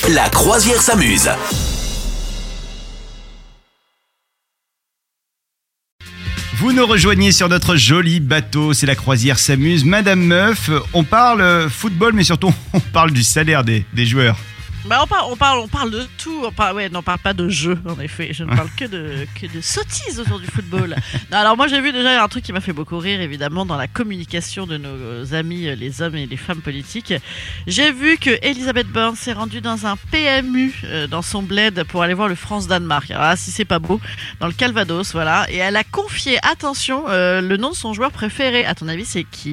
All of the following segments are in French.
La croisière s'amuse. Vous nous rejoignez sur notre joli bateau, c'est la croisière s'amuse. Madame Meuf, on parle football, mais surtout on parle du salaire des joueurs. Bah on parle de tout. On parle pas de jeu, en effet. Je ne parle que de sottises autour du football. Non, alors moi j'ai vu déjà un truc qui m'a fait beaucoup rire, évidemment, dans la communication de nos amis, les hommes et les femmes politiques. J'ai vu que Elisabeth Borne s'est rendue dans un PMU dans son bled pour aller voir le France-Danemark. Alors là, si c'est pas beau, dans le Calvados, voilà. Et elle a confié, attention, le nom de son joueur préféré. À ton avis, c'est qui ?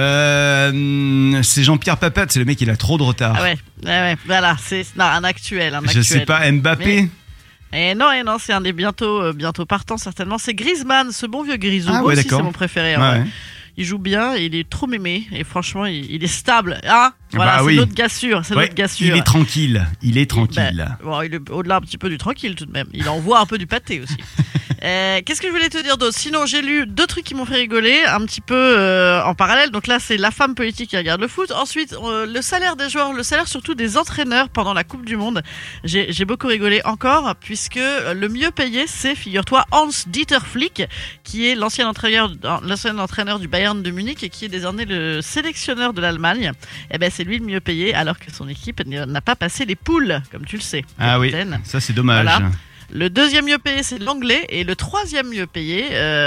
C'est Jean-Pierre Papin, c'est le mec, il a trop de retard. Ah ouais, voilà, c'est un actuel. Je sais pas, Mbappé. Non, c'est un des bientôt partants certainement. C'est Griezmann, ce bon vieux Grisou. Ah Moi ouais, aussi, d'accord. c'est mon préféré. Ouais. Il joue bien, il est trop mémé et franchement, il est stable. Ah, voilà, bah c'est oui. notre gars sûr. Il est tranquille. Il est Bon, il est au-delà un petit peu du tranquille tout de même. Il envoie un peu du pâté aussi. Qu'est-ce que je voulais te dire d'autre ? Sinon, j'ai lu 2 trucs qui m'ont fait rigoler un petit peu en parallèle. Donc là, c'est la femme politique qui regarde le foot. Ensuite, le salaire des joueurs, le salaire surtout des entraîneurs pendant la Coupe du Monde. J'ai beaucoup rigolé encore, puisque le mieux payé, c'est, figure-toi, Hans-Dieter Flick, qui est l'ancien entraîneur du Bayern de Munich et qui est désormais le sélectionneur de l'Allemagne. Eh ben, c'est lui le mieux payé, alors que son équipe n'a pas passé les poules, comme tu le sais. Ah oui, ça c'est dommage. Voilà. Le 2e mieux payé, c'est l'anglais. Et le 3e mieux payé,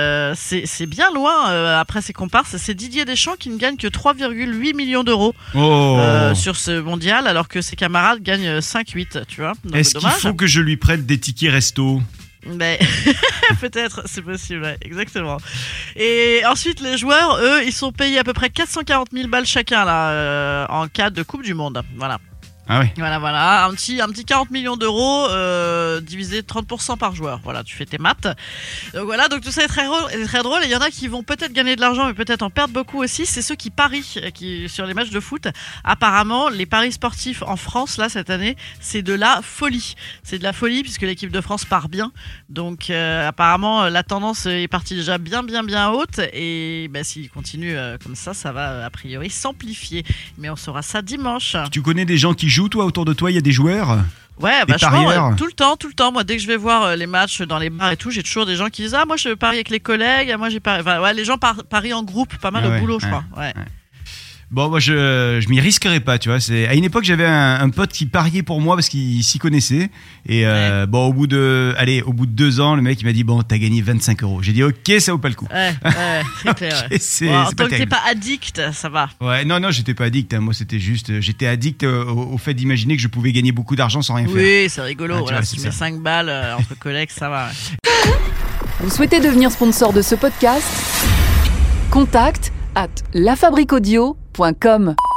c'est bien loin après ses comparses. C'est Didier Deschamps qui ne gagne que 3,8 millions d'euros sur ce mondial, alors que ses camarades gagnent 5,8. Tu vois. Donc, est-ce qu'il faut que je lui prête des tickets resto ? Mais peut-être, c'est possible, ouais, exactement. Et ensuite, les joueurs, eux, ils sont payés à peu près 440 000 balles chacun là, en cas de Coupe du Monde. Voilà. Ah oui. Voilà, un petit 40 millions d'euros divisé 30% par joueur. Voilà, tu fais tes maths. Donc voilà, donc tout ça est très drôle. Et il y en a qui vont peut-être gagner de l'argent, mais peut-être en perdre beaucoup aussi. C'est ceux qui parient sur les matchs de foot. Apparemment, les paris sportifs en France là cette année, c'est de la folie. C'est de la folie puisque l'équipe de France part bien. Donc apparemment, la tendance est partie déjà bien haute. Et s'il continue comme ça, ça va a priori s'amplifier. Mais on saura ça dimanche. Tu connais des gens qui jouent, toi, autour de toi, il y a des joueurs ? Ouais, vachement, tout le temps. Moi, dès que je vais voir les matchs dans les bars et tout, j'ai toujours des gens qui disent « Ah, moi, je parie avec les collègues. Moi, j'ai parié... » Enfin, ouais, les gens parient en groupe, pas mal au boulot, je crois. Ouais. Bon, moi, je m'y risquerais pas, tu vois. À une époque, j'avais un pote qui pariait pour moi parce qu'il s'y connaissait. Et bon, au bout de 2 ans, le mec, il m'a dit « Bon, t'as gagné 25 €. J'ai dit « Ok, ça vaut pas le coup. » Ouais, c'est clair. Okay, c'est tant que t'es pas addict, ça va. Ouais, non, j'étais pas addict. Moi, c'était juste... J'étais addict au fait d'imaginer que je pouvais gagner beaucoup d'argent sans rien faire. Oui, c'est rigolo. Ah, voilà, si tu mets 5 balles entre collègues, ça va. Ouais. Vous souhaitez devenir sponsor de ce podcast ? Contact @lafabriquaudio.com